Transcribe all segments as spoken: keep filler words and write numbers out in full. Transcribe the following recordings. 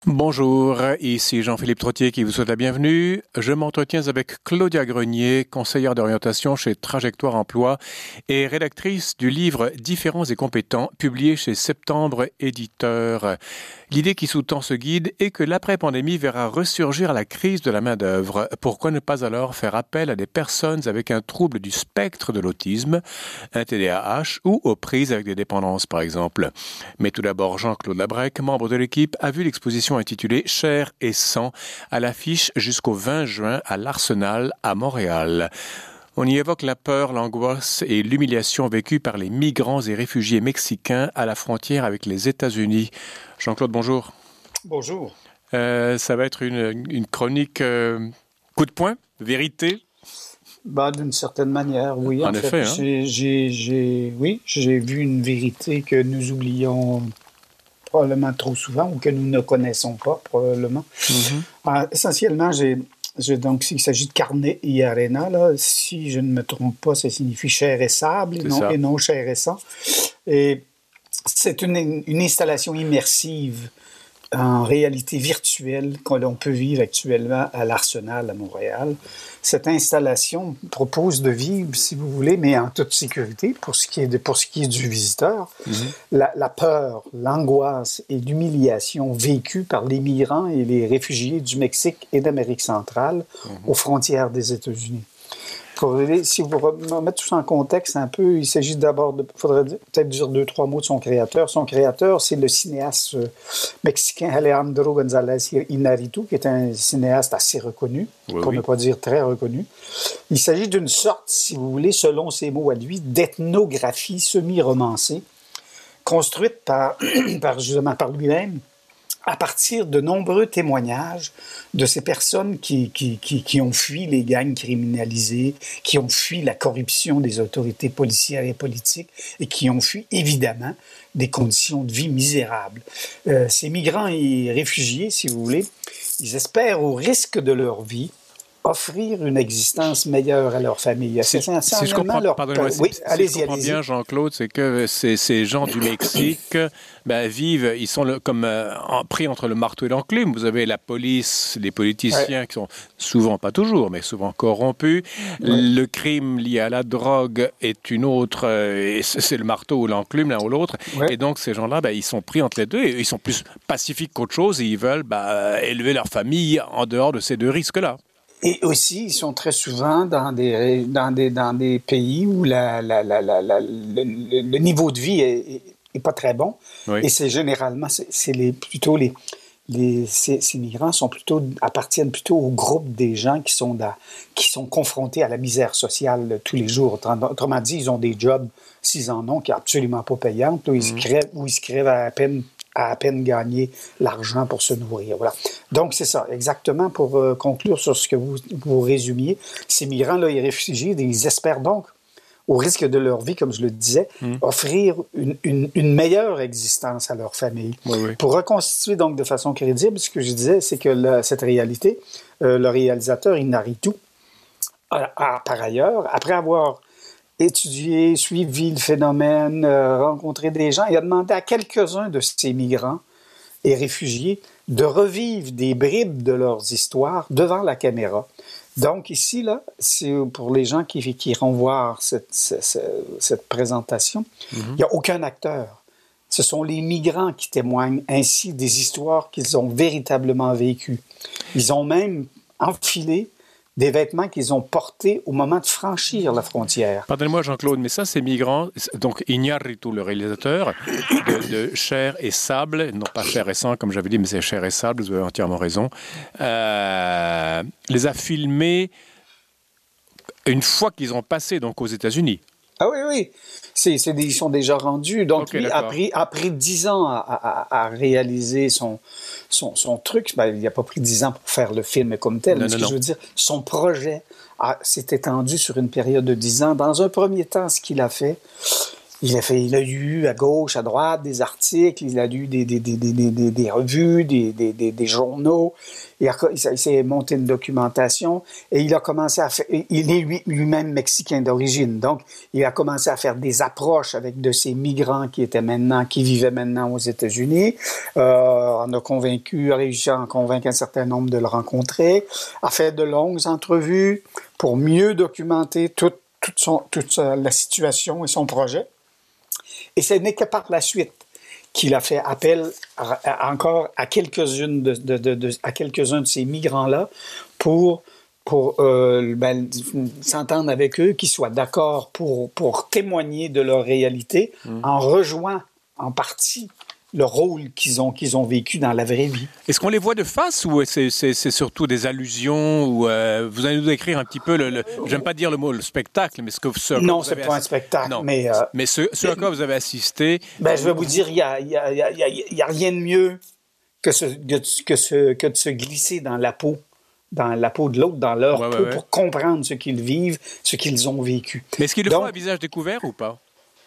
Bonjour, ici Jean-Philippe Trottier qui vous souhaite la bienvenue. Je m'entretiens avec Claudia Grenier, conseillère d'orientation chez Trajectoire Emploi et rédactrice du livre Différents et compétents, publié chez Septembre Éditeur. L'idée qui sous-tend ce guide est que l'après-pandémie verra ressurgir la crise de la main-d'œuvre. Pourquoi ne pas alors faire appel à des personnes avec un trouble du spectre de l'autisme, un T D A H ou aux prises avec des dépendances par exemple. Mais tout d'abord, Jean-Claude Labrec, membre de l'équipe, a vu l'exposition intitulée Chair et sang à l'affiche jusqu'au vingt juin à l'Arsenal à Montréal. On y évoque la peur, l'angoisse et l'humiliation vécues par les migrants et réfugiés mexicains à la frontière avec les États-Unis. Jean-Claude, bonjour. Bonjour. Euh, ça va être une, une chronique euh, coup de poing, vérité. Bah, d'une certaine manière, oui. En, en effet, fait, hein? j'ai, j'ai, j'ai, oui, j'ai vu une vérité que nous oublions probablement trop souvent ou que nous ne connaissons pas probablement. Mm-hmm. Euh, essentiellement, j'ai, j'ai donc il s'agit de carne y arena là. Si je ne me trompe pas, ça signifie chair et sable et non, et non chair et sang. Et c'est une, une installation immersive en réalité virtuelle que l'on peut vivre actuellement à l'Arsenal à Montréal. Cette installation propose de vivre, si vous voulez, mais en toute sécurité pour ce qui est, de, pour ce qui est du visiteur, mm-hmm. la, la peur, l'angoisse et l'humiliation vécues par les migrants et les réfugiés du Mexique et d'Amérique centrale mm-hmm. aux frontières des États-Unis. Pour, si vous remettez tout ça en contexte un peu, il s'agit d'abord, il faudrait peut-être dire deux, trois mots de son créateur. Son créateur, c'est le cinéaste mexicain Alejandro González Iñárritu, qui est un cinéaste assez reconnu, oui, pour oui. ne pas dire très reconnu. Il s'agit d'une sorte, si vous voulez, selon ses mots à lui, d'ethnographie semi-romancée, construite par, par, justement, par lui-même, à partir de nombreux témoignages de ces personnes qui, qui, qui, qui ont fui les gangs criminalisés, qui ont fui la corruption des autorités policières et politiques et qui ont fui, évidemment, des conditions de vie misérables. Euh, ces migrants et réfugiés, si vous voulez, ils espèrent, au risque de leur vie, offrir une existence meilleure à leur famille. Si, si je comprends, leur... pardonnez-moi, oui, si, allez-y, si je comprends allez-y. bien, Jean-Claude, c'est que ces, ces gens du Mexique ben, vivent, ils sont le, comme euh, en, pris entre le marteau et l'enclume. Vous avez la police, les politiciens ouais. qui sont souvent, pas toujours, mais souvent corrompus. Ouais. Le crime lié à la drogue est une autre, euh, et c'est le marteau ou l'enclume l'un ou l'autre. Ouais. Et donc ces gens-là, ben, ils sont pris entre les deux et ils sont plus pacifiques qu'autre chose et ils veulent ben, élever leur famille en dehors de ces deux risques-là. Et aussi, ils sont très souvent dans des, dans des, dans des pays où la, la, la, la, la, le, le niveau de vie est, est pas très bon. Oui. Et c'est généralement, c'est, c'est les, plutôt les, les ces, ces migrants sont plutôt, appartiennent plutôt au groupe des gens qui sont, dans, qui sont confrontés à la misère sociale tous les jours. Autrement dit, ils ont des jobs, s'ils en ont, qui sont absolument pas payantes, où ils, mmh. se crèvent, où ils se crèvent à peine à à peine gagner l'argent pour se nourrir. Voilà. Donc, c'est ça. Exactement, pour euh, conclure sur ce que vous, vous résumiez, ces migrants-là et réfugiés, ils espèrent donc, au risque de leur vie, comme je le disais, mmh. offrir une, une, une meilleure existence à leur famille. Oui, oui. Pour reconstituer donc de façon crédible, ce que je disais, c'est que la, cette réalité, euh, le réalisateur Iñárritu, a, a, par ailleurs, après avoir étudié, suivi le phénomène, euh, rencontré des gens. Il a demandé à quelques-uns de ces migrants et réfugiés de revivre des bribes de leurs histoires devant la caméra. Donc ici, là, c'est pour les gens qui, qui iront voir cette, cette, cette présentation, mm-hmm. il n'y a aucun acteur. Ce sont les migrants qui témoignent ainsi des histoires qu'ils ont véritablement vécues. Ils ont même enfilé des vêtements qu'ils ont portés au moment de franchir la frontière. Pardonnez-moi, Jean-Claude, mais ça, ces migrants, donc Iñárritu, le réalisateur, de, de Chair et Sable, non pas Chair et Sang, comme j'avais dit, mais c'est Chair et Sable, vous avez entièrement raison, euh, les a filmés une fois qu'ils ont passé donc aux États-Unis. Ah oui, oui. C'est, c'est des, ils sont déjà rendus. Donc, okay, lui, a pris, a pris dix ans à, à, à réaliser son, son, son truc. Ben, il n'a pas pris dix ans pour faire le film comme tel. Non, mais ce non, que non. je veux dire, son projet a, s'est étendu sur une période de dix ans. Dans un premier temps, ce qu'il a fait, il a fait, il a lu à gauche, à droite des articles, il a lu des, des, des, des, des, des revues, des, des, des, des journaux, il, a, il s'est monté une documentation et il a commencé à faire, il est lui, lui-même mexicain d'origine, donc il a commencé à faire des approches avec de ces migrants qui étaient maintenant, qui vivaient maintenant aux États-Unis, euh, on a convaincu, a réussi à en convaincre un certain nombre de le rencontrer, a fait de longues entrevues pour mieux documenter toute, toute, son, toute la situation et son projet. Et ce n'est que par la suite qu'il a fait appel à, à, encore à quelques-unes de, de, de, de, à quelques-uns de ces migrants-là pour, pour euh, ben, s'entendre avec eux, qu'ils soient d'accord pour, pour témoigner de leur réalité, mmh. en rejoignant en partie le rôle qu'ils ont, qu'ils ont vécu dans la vraie vie. Est-ce qu'on les voit de face ou c'est, c'est, c'est surtout des allusions ou euh, vous allez nous décrire un petit peu, le, le, j'aime pas dire le mot le spectacle, mais ce que ce Non, vous c'est avez pas assi... un spectacle, non. mais... Euh, mais ce, ce à quoi vous avez assisté... Ben, je vais vous dire, il n'y a, y a, y a, y a, y a rien de mieux que, ce, que, ce, que de se glisser dans la peau, dans la peau de l'autre, dans leur ouais, peau, ouais, ouais. pour comprendre ce qu'ils vivent, ce qu'ils ont vécu. Mais est-ce qu'ils le font à visage découvert ou pas?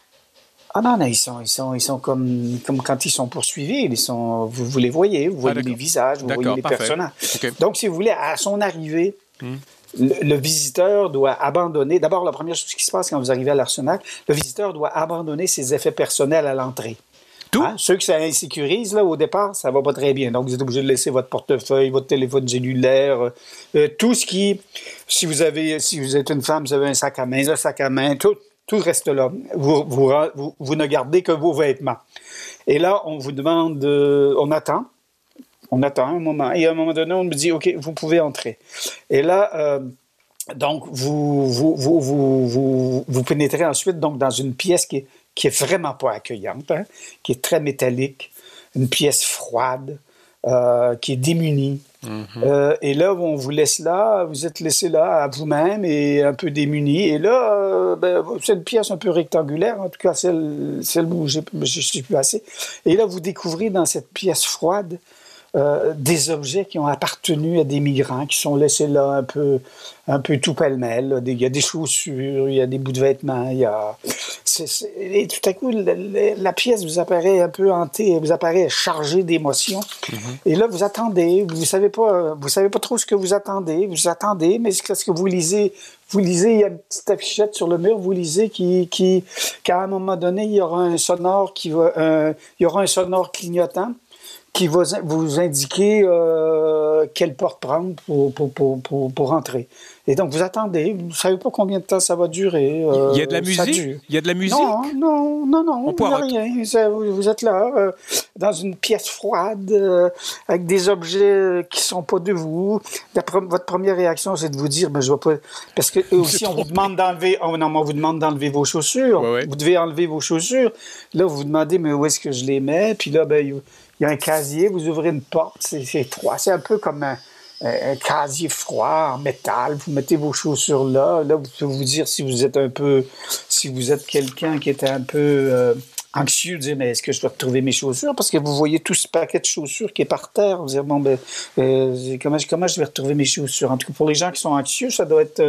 Ah non, non, ils sont, ils sont, ils sont comme, comme quand ils sont poursuivis. Ils sont, vous, vous les voyez, vous voyez ah, les visages, vous d'accord, voyez les parfait. personnages. Okay. Donc, si vous voulez, à son arrivée, hmm. le, le visiteur doit abandonner... D'abord, la première chose qui se passe quand vous arrivez à l'Arsenal, le visiteur doit abandonner ses effets personnels à l'entrée. Tout? Hein? Ceux que ça insécurise, là, au départ, ça va pas très bien. Donc, vous êtes obligé de laisser votre portefeuille, votre téléphone cellulaire, euh, tout ce qui... Si vous avez, si vous êtes une femme, vous avez un sac à main, un sac à main, tout... Tout reste là. Vous, vous, vous, vous ne gardez que vos vêtements. Et là, on vous demande... Euh, on attend. On attend un moment. Et à un moment donné, on me dit, OK, vous pouvez entrer. Et là, euh, donc, vous, vous, vous, vous, vous, vous pénétrez ensuite donc, dans une pièce qui est, qui est vraiment pas accueillante, hein, qui est très métallique, une pièce froide, euh, qui est démunie. Mm-hmm. Euh, et là, on vous laisse là, vous êtes laissé là à vous-même et un peu démuni. Et là, euh, ben, c'est une pièce un peu rectangulaire, en tout cas celle, celle où je suis placé. Et là, vous découvrez dans cette pièce froide euh, des objets qui ont appartenu à des migrants, qui sont laissés là un peu, un peu tout pêle-mêle. Il y a des chaussures, il y a des bouts de vêtements, il y a... C'est, c'est... Et tout à coup, la, la, la pièce vous apparaît un peu hantée, vous apparaît chargée d'émotions. Mm-hmm. Et là, vous attendez, vous savez pas, vous savez pas trop ce que vous attendez, vous attendez, mais ce que vous lisez, vous lisez, il y a une petite affichette sur le mur, vous lisez qui, qui, qu'à un moment donné, il y aura un sonore qui va, un, il y aura un sonore clignotant qui va vous indiquer euh, quelle porte prendre pour, pour, pour, pour, pour rentrer. Et donc, vous attendez, vous ne savez pas combien de temps ça va durer. Euh, il y a de la musique? Il y a de la musique? Non, non, non, non, il n'y a rien. Ça, vous êtes là, euh, dans une pièce froide, euh, avec des objets qui ne sont pas de vous. La, votre première réaction, c'est de vous dire, ben, je ne vais pas... Parce que eux aussi, on vous demande d'enlever... Oh, non, on vous demande d'enlever vos chaussures. Ouais, ouais. Vous devez enlever vos chaussures. Là, vous vous demandez, mais où est-ce que je les mets? Puis là, ben... Il y a un casier, vous ouvrez une porte, c'est, c'est étroit. C'est un peu comme un, un casier froid en métal. Vous mettez vos chaussures là. Là, vous pouvez vous dire si vous êtes un peu, si vous êtes quelqu'un qui était un peu euh, anxieux, dire mais est-ce que je dois retrouver mes chaussures? Parce que vous voyez tout ce paquet de chaussures qui est par terre. Vous dites bon ben euh, comment, comment je vais retrouver mes chaussures? En tout cas, pour les gens qui sont anxieux, ça doit être euh,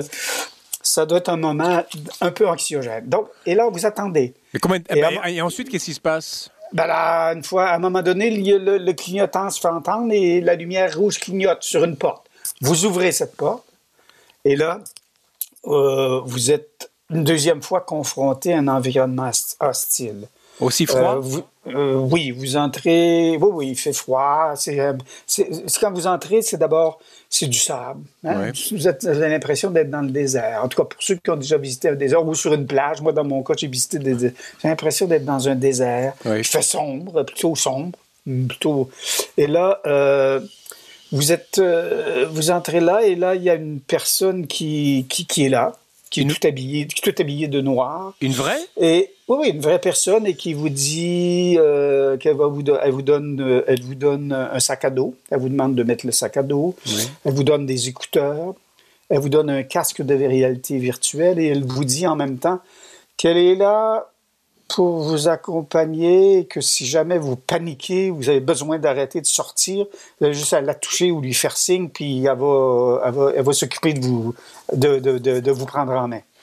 ça doit être un moment un peu anxiogène. Donc, et là, vous attendez. Mais comment, et, ben, à... et ensuite, qu'est-ce qui se passe? Ben là, une fois, à un moment donné, le, le, le clignotant se fait entendre et la lumière rouge clignote sur une porte. Vous ouvrez cette porte et là, euh, vous êtes une deuxième fois confronté à un environnement hostile. Aussi froid? Euh, vous, euh, oui, vous entrez... Oui, oui, il fait froid. C'est, c'est, c'est quand vous entrez, c'est d'abord... C'est du sable. Hein? Ouais. Vous, êtes, vous avez l'impression d'être dans le désert. En tout cas, pour ceux qui ont déjà visité un désert ou sur une plage, moi, dans mon cas, j'ai visité des désert. J'ai l'impression d'être dans un désert. Ouais. Il fait sombre, plutôt sombre. Plutôt... Et là, euh, vous êtes... Euh, vous entrez là, et là, il y a une personne qui, qui, qui est là, qui est tout habillée, qui est tout habillée de noir. Une vraie? Et... Oui, oui, une vraie personne et qui vous dit euh, qu'elle va vous, do- elle vous donne, euh, elle vous donne un sac à dos. Elle vous demande de mettre le sac à dos. Oui. Elle vous donne des écouteurs. Elle vous donne un casque de réalité virtuelle et elle vous dit en même temps qu'elle est là pour vous accompagner et que si jamais vous paniquez, vous avez besoin d'arrêter de sortir, vous avez juste à la toucher ou lui faire signe, puis elle va, elle va, elle va s'occuper de vous, de, de, de, de vous prendre en main.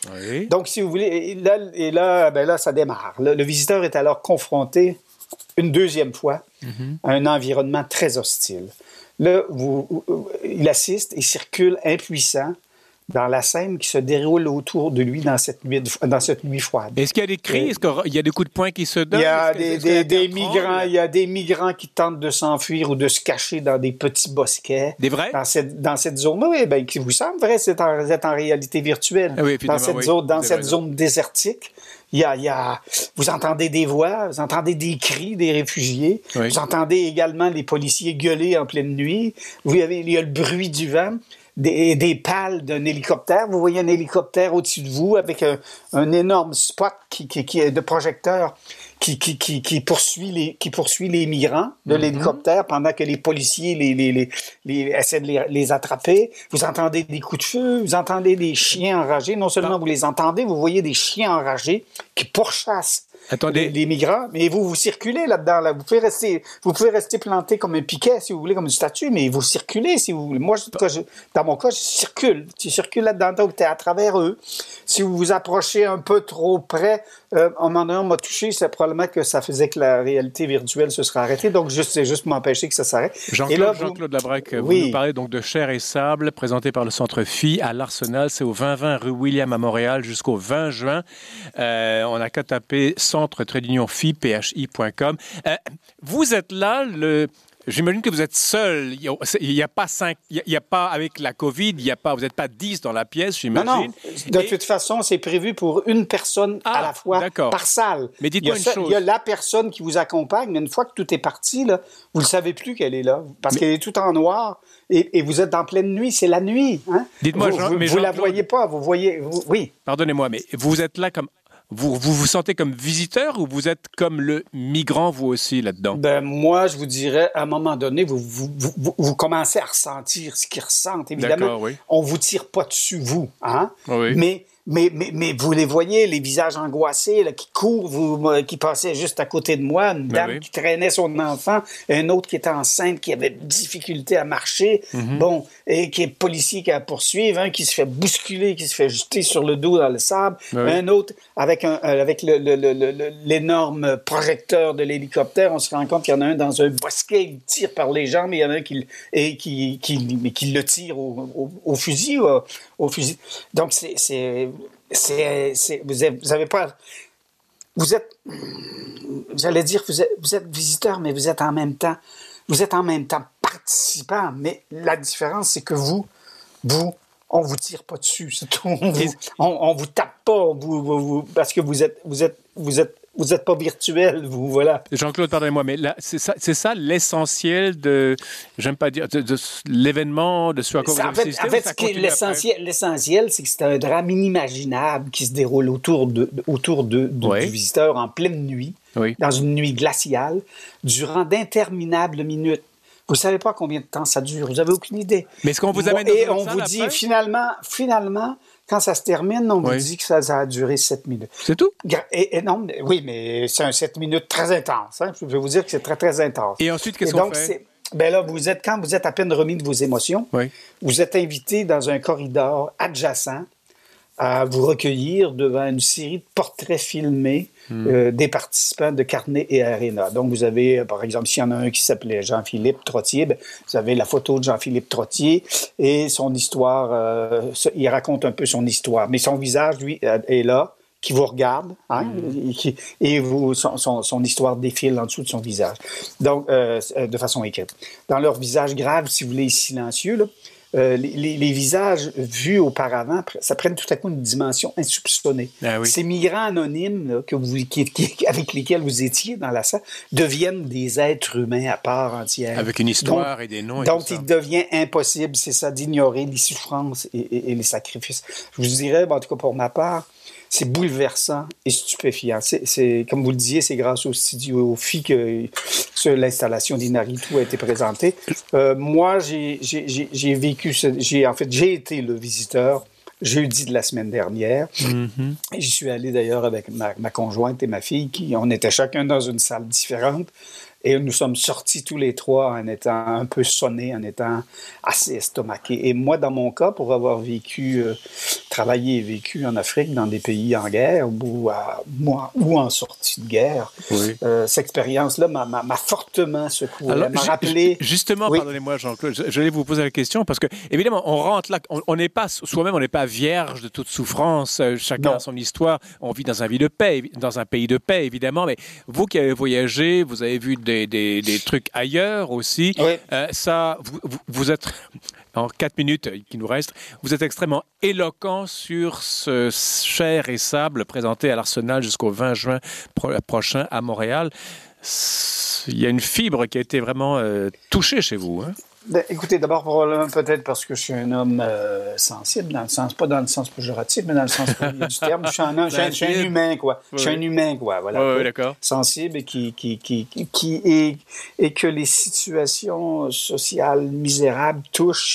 Oui. Donc, si vous voulez, et là, et là, ben là ça démarre. Le, le visiteur est alors confronté une deuxième fois mm-hmm. à un environnement très hostile. Là, vous, il assiste et circule impuissant dans la scène qui se déroule autour de lui dans cette nuit, dans cette nuit froide. Est-ce qu'il y a des cris? Est-ce qu'il y a des coups de poing qui se donnent? Il y a, des, des, des migrants, il y a des migrants qui tentent de s'enfuir ou de se cacher dans des petits bosquets. Des vrais? Dans cette, dans cette zone-là, oui, ben, qui vous semble vrai, c'est en, vous êtes en réalité virtuelle. Ah oui, dans cette, oui, zone, dans cette zone désertique. Il y, a, il y a, vous entendez des voix, vous entendez des cris des réfugiés, oui. Vous entendez également les policiers gueuler en pleine nuit, vous avez, il y a le bruit du vent, des, des pales d'un hélicoptère, vous voyez un hélicoptère au-dessus de vous avec un, un énorme spot qui, qui, qui, de projecteur qui, qui, qui, qui, poursuit les, qui poursuit les migrants de mm-hmm. l'hélicoptère pendant que les policiers les, les, les, les, essaient de les, les attraper. Vous entendez des coups de feu, vous entendez des chiens enragés. Non seulement vous les entendez, vous voyez des chiens enragés qui pourchassent les, les migrants. Mais vous, vous circulez là-dedans. Là. Vous, pouvez rester, vous pouvez rester planté comme un piquet, si vous voulez, comme une statue, mais vous circulez, si vous voulez. Moi, je, je, dans mon cas, je circule. Tu circules là-dedans, donc tu es à travers eux. Si vous vous approchez un peu trop près, euh, un moment donné, on m'a touché, c'est probablement que ça faisait que la réalité virtuelle se serait arrêtée. Donc, juste, c'est juste m'empêcher que ça s'arrête. Jean-Claude, là, vous... Jean-Claude Labrec, oui. Vous nous parlez donc de Chair et Sable, présenté par le Centre F I à l'Arsenal. C'est au vingt vingt rue William à Montréal jusqu'au vingt juin. Euh, on n'a qu'à taper centre trait d'union F I, P H I point com. Euh, vous êtes là, le... J'imagine que vous êtes seul. Il n'y a, a pas cinq. Il n'y a, a pas avec la COVID. Il y a pas. Vous n'êtes pas dix dans la pièce, j'imagine. Non, non. De Et... toute façon, c'est prévu pour une personne ah, à la fois d'accord. Par salle. Mais dites-moi une ça, chose. Il y a la personne qui vous accompagne, mais une fois que tout est parti, là, vous ne savez plus qu'elle est là, parce mais... qu'elle est tout en noir. Et, et vous êtes en pleine nuit. C'est la nuit. Hein? Dites-moi, vous, Jean, vous, mais vous la voyez pas. Vous voyez. Vous, oui. Pardonnez-moi, mais vous êtes là comme. Vous, vous vous sentez comme visiteur ou vous êtes comme le migrant, vous aussi, là-dedans? Ben, moi, je vous dirais, à un moment donné, vous, vous, vous, vous commencez à ressentir ce qu'ils ressentent. Évidemment, oui. On ne vous tire pas dessus, vous. Hein? Oui. Mais, mais, mais, mais vous les voyez, les visages angoissés là, qui courent, vous, qui passaient juste à côté de moi, une dame ben oui. qui traînait son enfant, un autre qui était enceinte, qui avait difficulté à marcher, mm-hmm. bon, et qui est policier qui a à poursuivre, un qui se fait bousculer, qui se fait jeter sur le dos dans le sable, ben un oui. autre avec, un, avec le, le, le, le, l'énorme projecteur de l'hélicoptère. On se rend compte qu'il y en a un dans un bosquet, il tire par les jambes, et il y en a un qui, et qui, qui, mais qui le tire au, au, au fusil. Au, au fusil. Donc, c'est... c'est C'est, c'est, vous avez, vous avez pas, vous êtes, j'allais dire, vous êtes, vous êtes visiteur, mais vous êtes en même temps, vous êtes en même temps participant. Mais la différence, c'est que vous, vous, on vous tire pas dessus, c'est tout. On vous, on, on vous tape pas, vous, vous, vous, parce que vous êtes, vous êtes, vous êtes. Vous n'êtes pas virtuel, vous, voilà. Jean-Claude, pardonnez-moi, mais là, c'est ça, c'est ça l'essentiel de, j'aime pas dire, de, de l'événement, de ce à quoi vous avez assisté. En fait, ce qui est l'essentiel, l'essentiel, c'est que c'est un drame inimaginable qui se déroule autour, de, autour de, de, oui. du visiteur en pleine nuit, oui. dans une nuit glaciale, durant d'interminables minutes. Vous ne savez pas combien de temps ça dure, vous n'avez aucune idée. Mais est-ce qu'on vous amène dans Et une on salle vous dit, après? finalement, finalement, quand ça se termine, on oui. vous dit que ça, ça a duré sept minutes. C'est tout? Et, et non, oui, mais c'est un sept minutes très intense. Hein? Je vais vous dire que c'est très, très intense. Et ensuite, qu'est-ce et qu'on donc, fait? C'est, ben là, vous êtes, quand vous êtes à peine remis de vos émotions, oui. vous êtes invité dans un corridor adjacent à vous recueillir devant une série de portraits filmés mm. euh, des participants de Carnet et Arena. Donc, vous avez, par exemple, s'il y en a un qui s'appelait Jean-Philippe Trottier, ben, vous avez la photo de Jean-Philippe Trottier et son histoire, euh, il raconte un peu son histoire. Mais son visage, lui, est là, qui vous regarde, hein, mm. et, qui, et vous, son, son, son histoire défile en dessous de son visage. Donc, euh, de façon écrite. Dans leur visage grave, si vous voulez, silencieux, là, Euh, les, les, les visages vus auparavant, ça prenne tout à coup une dimension insoupçonnée. Ah oui. Ces migrants anonymes là, que vous, qui, qui, avec lesquels vous étiez dans la salle deviennent des êtres humains à part entière. Avec une histoire donc, et des noms. Et donc, tout ça. il devient impossible, c'est ça, d'ignorer les souffrances et, et, et les sacrifices. Je vous dirais, en tout cas pour ma part, c'est bouleversant et stupéfiant. C'est, c'est, comme vous le disiez, c'est grâce au studio F I que sur l'installation d'Inaritu a été présentée. Euh, moi, j'ai, j'ai, j'ai, j'ai vécu, ce, j'ai, en fait, j'ai été le visiteur jeudi de la semaine dernière. Mm-hmm. Et j'y suis allé d'ailleurs avec ma, ma conjointe et ma fille, qui on était chacun dans une salle différente. Et nous sommes sortis tous les trois en étant un peu sonnés, en étant assez estomaqués. Et moi, dans mon cas, pour avoir vécu, euh, travaillé et vécu en Afrique, dans des pays en guerre ou, à, moi, ou en sortie de guerre, oui. euh, cette expérience-là m'a, m'a, m'a fortement secoué. Alors, m'a rappelé... Justement, oui. pardonnez-moi, Jean-Claude, je, je vais vous poser la question parce que, évidemment, on rentre là, on n'est pas, soi-même, on n'est pas vierge de toute souffrance. Chacun non. a son histoire. On vit dans un, vie de paix, dans un pays de paix, évidemment. Mais vous qui avez voyagé, vous avez vu des Des, des, des trucs ailleurs aussi. Oui. Euh, ça, vous, vous êtes, en quatre minutes qui nous restent, vous êtes extrêmement éloquent sur ce chair et sable présenté à l'Arsenal jusqu'au vingt juin pro- prochain à Montréal. Il y a une fibre qui a été vraiment euh, touchée chez vous, hein? Ben, écoutez, d'abord, probablement peut-être parce que je suis un homme euh, sensible, dans le sens, pas dans le sens péjoratif, mais dans le sens premier du terme. Je suis un, je, je suis un humain, quoi. Oui. Je suis un humain, quoi. Voilà. Oui, d'accord. Sensible et qui, qui, qui, qui, qui est, et que les situations sociales misérables touchent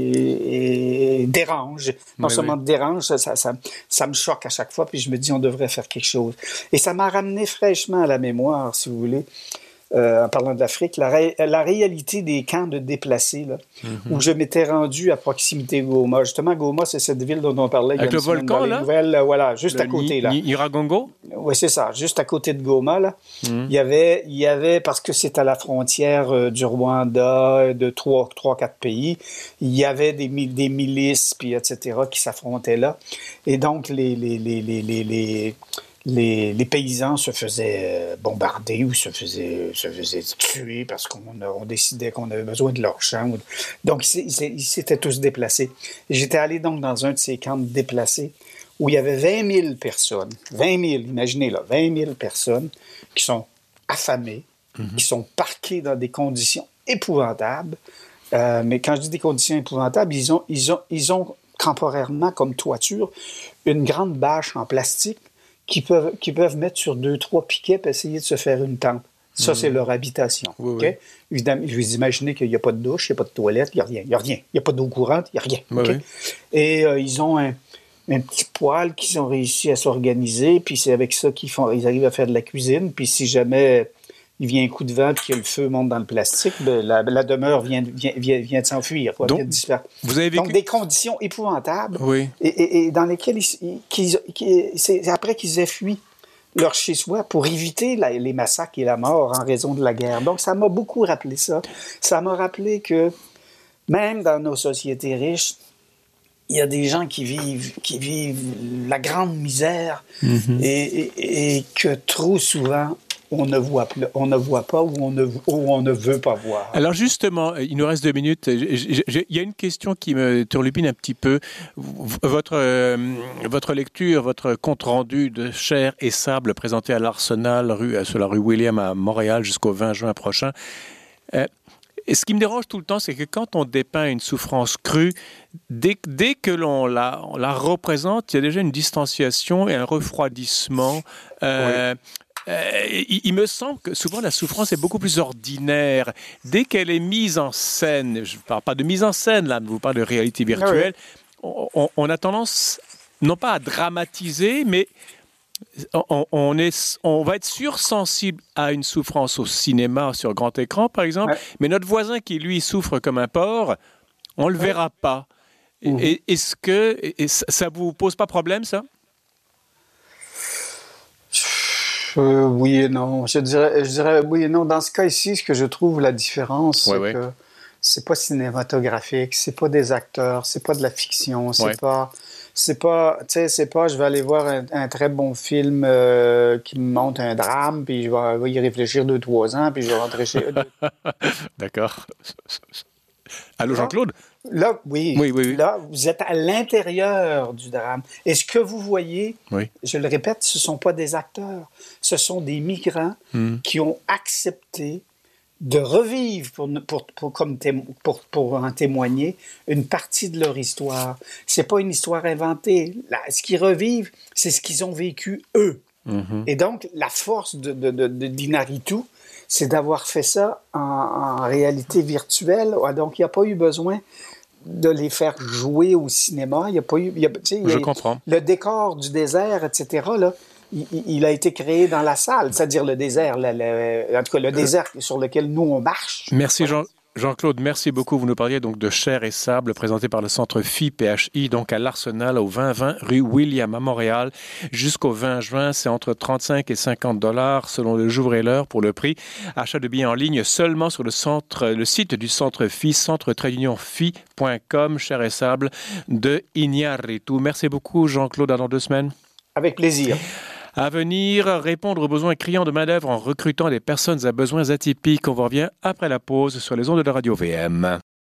et, et dérangent. Non oui, seulement oui. dérangent, ça, ça, ça, ça me choque à chaque fois, puis je me dis, on devrait faire quelque chose. Et ça m'a ramené fraîchement à la mémoire, si vous voulez. Euh, en parlant de l'Afrique, la, ré- la réalité des camps de déplacés, là, mm-hmm. où je m'étais rendu à proximité de Goma. Justement, Goma, c'est cette ville dont on parlait. Avec il y a le volcan, là? Nouvelles, euh, voilà, juste le à côté, Ni- là. Ni- Iragongo? Oui, c'est ça, juste à côté de Goma, là. Mm-hmm. Il y avait, il y avait, parce que c'est à la frontière euh, du Rwanda, de trois, trois, quatre pays, il y avait des, des milices, puis et cetera, qui s'affrontaient là. Et donc, les... les, les, les, les, les Les, les paysans se faisaient bombarder ou se faisaient, se faisaient tuer parce qu'on on décidait qu'on avait besoin de leur champ. Donc, ils, ils, ils s'étaient tous déplacés. Et j'étais allé donc dans un de ces camps déplacés où il y avait vingt mille personnes. vingt mille, imaginez là, vingt mille personnes qui sont affamées, mm-hmm. qui sont parquées dans des conditions épouvantables. Euh, mais quand je dis des conditions épouvantables, ils ont, ils ont, ils ont temporairement comme toiture une grande bâche en plastique qui peuvent, qui peuvent mettre sur deux, trois piquets et essayer de se faire une tente. Ça, mmh. c'est leur habitation. Oui, okay? oui. Évidemment, vous imaginez qu'il n'y a pas de douche, il n'y a pas de toilette, il n'y a rien. Il n'y a rien. Il n'y a pas d'eau courante, il n'y a rien. Oui, okay? oui. Et euh, ils ont un, un petit poêle qu'ils ont réussi à s'organiser, puis c'est avec ça qu'ils font, ils arrivent à faire de la cuisine, puis si jamais il vient un coup de vent et que le feu monte dans le plastique, ben, la, la demeure vient, vient, vient, vient de s'enfuir. Quoi, Donc, de vous avez vécu... Donc, des conditions épouvantables oui. et, et, et dans lesquelles ils, qu'ils, qu'ils, c'est après qu'ils aient fui leur chez-soi pour éviter la, les massacres et la mort en raison de la guerre. Donc, ça m'a beaucoup rappelé ça. Ça m'a rappelé que même dans nos sociétés riches, il y a des gens qui vivent, qui vivent la grande misère mm-hmm. et, et, et que trop souvent, on ne voit, on ne voit pas ou on ne, ou on ne veut pas voir. Alors justement, il nous reste deux minutes. Il y a une question qui me turlupine un petit peu. Votre, euh, votre lecture, votre compte-rendu de Chair et Sable présenté à l'Arsenal, rue, sur la rue William à Montréal jusqu'au vingt juin prochain. Euh, Et ce qui me dérange tout le temps, c'est que quand on dépeint une souffrance crue, dès, dès que l'on la, on la représente, il y a déjà une distanciation et un refroidissement. Euh, oui. Euh, il, il me semble que souvent la souffrance est beaucoup plus ordinaire. Dès qu'elle est mise en scène, je ne parle pas de mise en scène, là, je vous parle de réalité virtuelle, oui. on, on a tendance, non pas à dramatiser, mais on, on, est, on va être sursensible à une souffrance au cinéma, sur grand écran par exemple, ouais. mais notre voisin qui lui souffre comme un porc, on ne le ouais. verra pas. Mmh. Et, est-ce que et ça ne vous pose pas problème, ça? Euh, oui et non. Je dirais, je dirais oui et non. Dans ce cas ici, ce que je trouve la différence, ouais, c'est ouais. que c'est pas cinématographique, c'est pas des acteurs, c'est pas de la fiction, c'est ouais. pas, c'est pas, tu sais, c'est pas, je vais aller voir un, un très bon film euh, qui me montre un drame, puis je vais, vais y réfléchir deux, trois ans, puis je vais rentrer chez eux. D'accord. Allô, Jean-Claude? Là, oui, oui, oui, oui. Là, vous êtes à l'intérieur du drame. Et ce que vous voyez, oui. je le répète, ce ne sont pas des acteurs. Ce sont des migrants mm. qui ont accepté de revivre, pour, pour, pour, comme témo, pour, pour en témoigner, une partie de leur histoire. Ce n'est pas une histoire inventée. Là, ce qu'ils revivent, c'est ce qu'ils ont vécu, eux. Mm-hmm. Et donc, la force de, de, de, de d'Inaritu, c'est d'avoir fait ça en, en réalité virtuelle. Donc, il n'y a pas eu besoin de les faire jouer au cinéma. Il n'y a pas eu... Il y a, tu sais, il y a, Je comprends. Le décor du désert, et cetera, là, il, il a été créé dans la salle, c'est-à-dire le désert, le, le, en tout cas le désert sur lequel nous on marche. Merci Jean. Jean-Claude, merci beaucoup. Vous nous parliez donc de Chair et Sable, présenté par le Centre F I P H I, donc à l'Arsenal, au vingt vingt rue William à Montréal. Jusqu'au vingt juin, c'est entre trente-cinq et cinquante dollars selon le jour et l'heure pour le prix. Achat de billets en ligne seulement sur le centre, le site du Centre F I, centre trait d'union f i point com, Chair et Sable de Iñárritu. Merci beaucoup, Jean-Claude. À dans deux semaines. Avec plaisir. À venir, répondre aux besoins criants de main-d'œuvre en recrutant des personnes à besoins atypiques. On vous revient après la pause sur les ondes de Radio V M.